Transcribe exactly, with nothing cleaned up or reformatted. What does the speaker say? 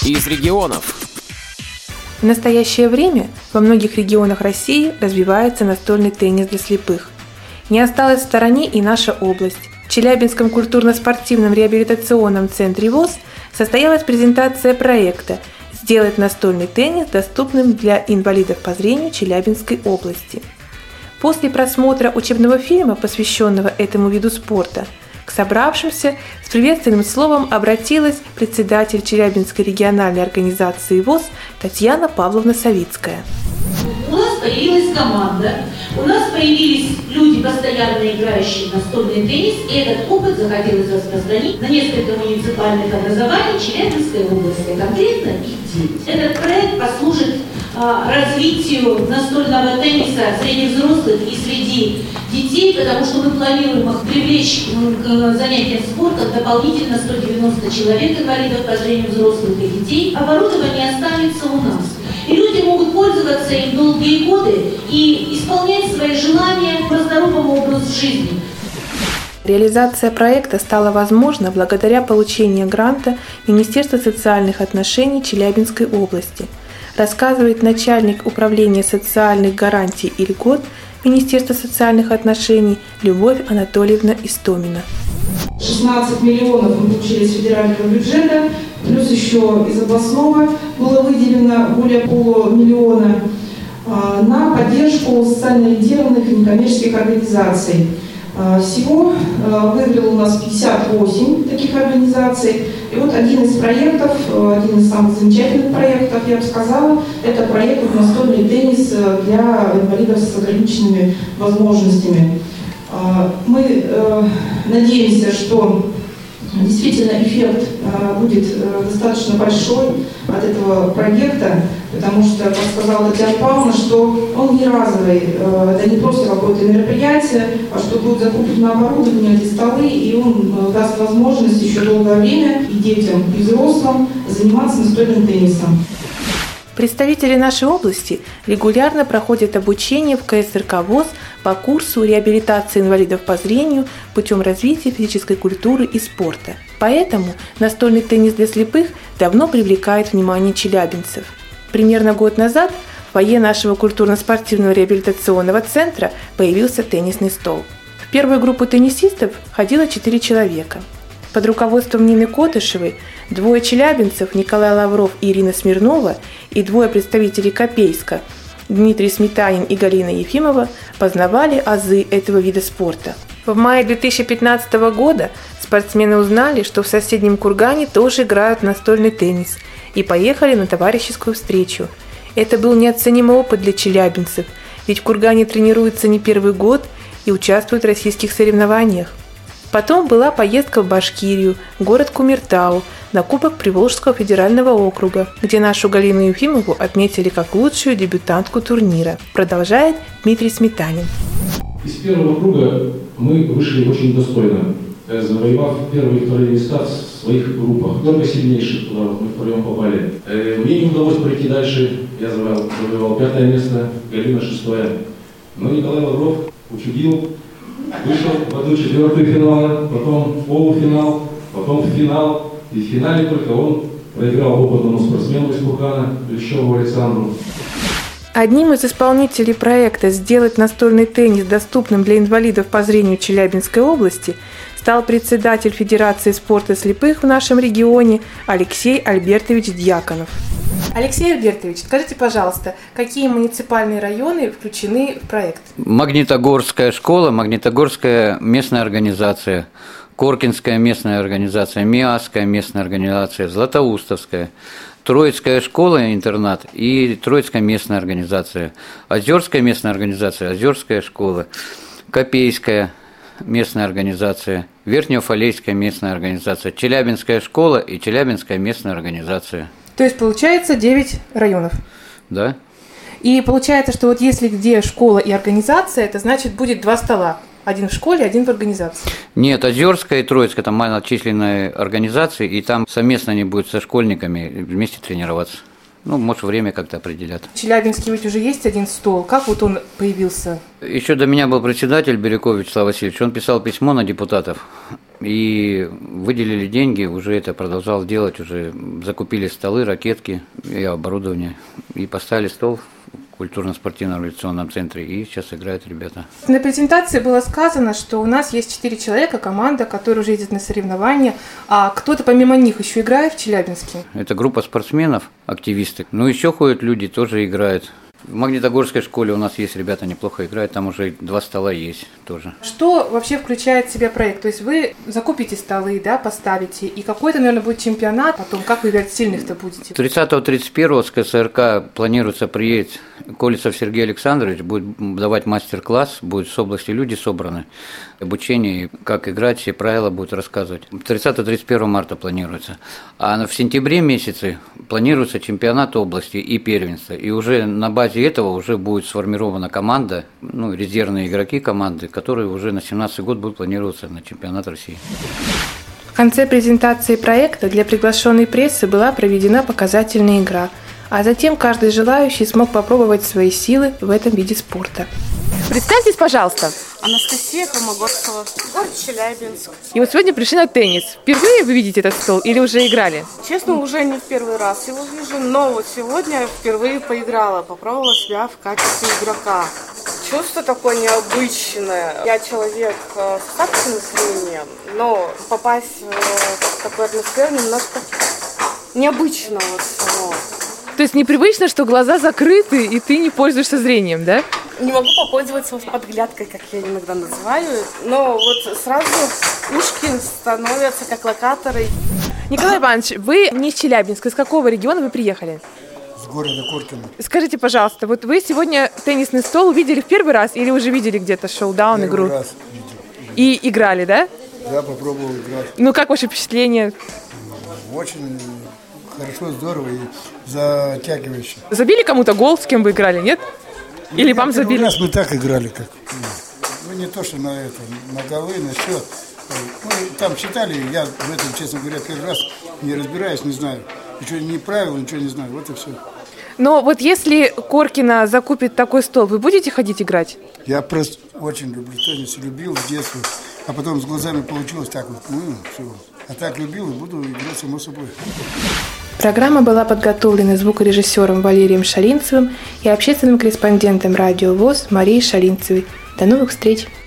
из регионов. В настоящее время во многих регионах России развивается настольный теннис для слепых. Не осталась в стороне и наша область. В Челябинском культурно-спортивном реабилитационном центре ВОС состоялась презентация проекта «Сделать настольный теннис доступным для инвалидов по зрению Челябинской области». После просмотра учебного фильма, посвященного этому виду спорта, к собравшимся с приветственным словом обратилась председатель Челябинской региональной организации ВОС Татьяна Павловна Савицкая. У нас появилась команда, у нас появились люди, постоянно играющие в настольный теннис, и этот опыт захотелось распространить на несколько муниципальных образований Челябинской области, конкретно их девять. Этот проект послужит а, развитию настольного тенниса среди взрослых и среди детей, потому что мы планируем их привлечь к занятиям спортом дополнительно сто девяносто человек, инвалидов по зрению взрослых и детей. Оборудование останется у нас. И люди могут пользоваться им долгие годы и исполнять свои желания по здоровому образу жизни. Реализация проекта стала возможна благодаря получению гранта Министерства социальных отношений Челябинской области, рассказывает начальник управления социальных гарантий и льгот Министерства социальных отношений Любовь Анатольевна Истомина. шестнадцать миллионов мы получили из федерального бюджета, плюс еще из областного было выделено более полумиллиона на поддержку социально ориентированных и некоммерческих организаций. Всего выиграло у нас пятьдесят восемь таких организаций. И вот один из проектов, один из самых замечательных проектов, я бы сказала, это проект «Настольный теннис для инвалидов с ограниченными возможностями». Мы надеемся, что действительно эффект будет достаточно большой от этого проекта, потому что, как сказала Татьяна Павловна, что он не разовый, это не просто какое-то мероприятие, а что будет закуплено оборудование, эти столы, и он даст возможность еще долгое время и детям, и взрослым заниматься настольным теннисом. Представители нашей области регулярно проходят обучение в ка эс эр ка ВОС по курсу реабилитации инвалидов по зрению путем развития физической культуры и спорта. Поэтому настольный теннис для слепых давно привлекает внимание челябинцев. Примерно год назад в фойе нашего культурно-спортивного реабилитационного центра появился теннисный стол. В первую группу теннисистов ходило четыре человека. Под руководством Нины Котышевой двое челябинцев, Николай Лавров и Ирина Смирнова, и двое представителей Копейска, Дмитрий Сметанин и Галина Ефимова, познавали азы этого вида спорта. В мае две тысячи пятнадцатого года спортсмены узнали, что в соседнем Кургане тоже играют в настольный теннис, и поехали на товарищескую встречу. Это был неоценимый опыт для челябинцев, ведь в Кургане тренируются не первый год и участвуют в российских соревнованиях. Потом была поездка в Башкирию, город Кумертау, на Кубок Приволжского федерального округа, где нашу Галину Ефимову отметили как лучшую дебютантку турнира. Продолжает Дмитрий Сметанин. Из первого круга мы вышли очень достойно, завоевав первые и вторые места в своих группах. Только сильнейших, куда мы втроем попали. Мне не удалось пройти дальше, я завоевал, завоевал пятое место, Галина шестое. Но Николай Лавров учудил. Вышел в одну четвертую финала, потом в полуфинал, потом в финал. И в финале только он проиграл опытному спортсмену из Кургана, Плещеву Александру. Одним из исполнителей проекта «Сделать настольный теннис доступным для инвалидов по зрению Челябинской области» стал председатель Федерации спорта слепых в нашем регионе Алексей Альбертович Дьяконов. Алексей Альбертович, скажите, пожалуйста, какие муниципальные районы включены в проект? Магнитогорская школа, Магнитогорская местная организация, Коркинская местная организация, Миасская местная организация, Златоустовская, Троицкая школа-интернат и Троицкая местная организация, Озерская местная организация, Озерская школа, Копейская местная организация, Верхнеуфалейская местная организация, Челябинская школа и Челябинская местная организация. То есть получается девять районов? Да. И получается, что вот если где школа и организация, это значит будет два стола. Один в школе, один в организации. Нет, Озерская и Троицкая, там малочисленные организации, и там совместно они будут со школьниками вместе тренироваться. Ну, может, время как-то определят. В Челябинске ведь уже есть один стол. Как вот он появился? Еще до меня был председатель Бирюков Вячеслав Васильевич. Он писал письмо на депутатов. И выделили деньги, уже это продолжал делать, уже закупили столы, ракетки и оборудование. И поставили стол в культурно-спортивном революционном центре, и сейчас играют ребята. На презентации было сказано, что у нас есть четыре человека, команда, которая уже едет на соревнования, а кто-то помимо них еще играет в Челябинске? Это группа спортсменов, активисты. Ну, еще ходят люди, тоже играют. В Магнитогорской школе у нас есть ребята, неплохо играют, там уже два стола есть тоже. Что вообще включает в себя проект? То есть вы закупите столы, да, поставите, и какой-то, наверное, будет чемпионат, потом как вы сильных-то будете? тридцатого тридцать первого с КСРК планируется приедет Колесов Сергей Александрович, будет давать мастер-класс, будут с области люди собраны, обучение, как играть, все правила будут рассказывать. тридцатого тридцать первого марта планируется. А в сентябре месяце планируется чемпионат области и первенство. И уже на базе этого уже будет сформирована команда, ну, резервные игроки команды, которые уже на семнадцатый год будут планироваться на чемпионат России. В конце презентации проекта для приглашенной прессы была проведена показательная игра, а затем каждый желающий смог попробовать свои силы в этом виде спорта. Представьтесь, пожалуйста. Анастасия Комогорцева, город Челябинск. И вот сегодня пришли на теннис. Впервые вы видите этот стол или уже играли? Честно, уже не в первый раз его вижу, но вот сегодня впервые поиграла, попробовала себя в качестве игрока. Чувство такое необычное. Я человек с слабым зрением, но попасть в такую атмосферу немножко необычно вот само. То есть непривычно, что глаза закрыты, и ты не пользуешься зрением, да? Не могу попользоваться подглядкой, как я иногда называю, но вот сразу ушки становятся как локаторы. Николай Иванович, вы не из Челябинска, из какого региона вы приехали? С города Коркино. Скажите, пожалуйста, вот вы сегодня теннисный стол увидели в первый раз или уже видели где-то шоу-даун, игру? Первый раз видел. И играли, да? Да, попробовал играть. Ну, как ваши впечатления? Очень хорошо, здорово и затягивающе. Забили кому-то гол, с кем вы играли, нет? Или Нет, вам забили? Первый раз мы так играли, как. Ну, не то, что на это, на голы, на счет. Ну, там считали, я в этом, честно говоря, первый раз не разбираюсь, не знаю. Ничего не правил, ничего не знаю, вот и все. Но вот если Коркино закупит такой стол, вы будете ходить играть? Я просто очень люблю теннис, любил с детства, а потом с глазами получилось так вот, ну, все. А так любил и буду играть само собой. Программа была подготовлена звукорежиссером Валерием Шалинцевым и общественным корреспондентом радио ВОС Марией Шалинцевой. До новых встреч!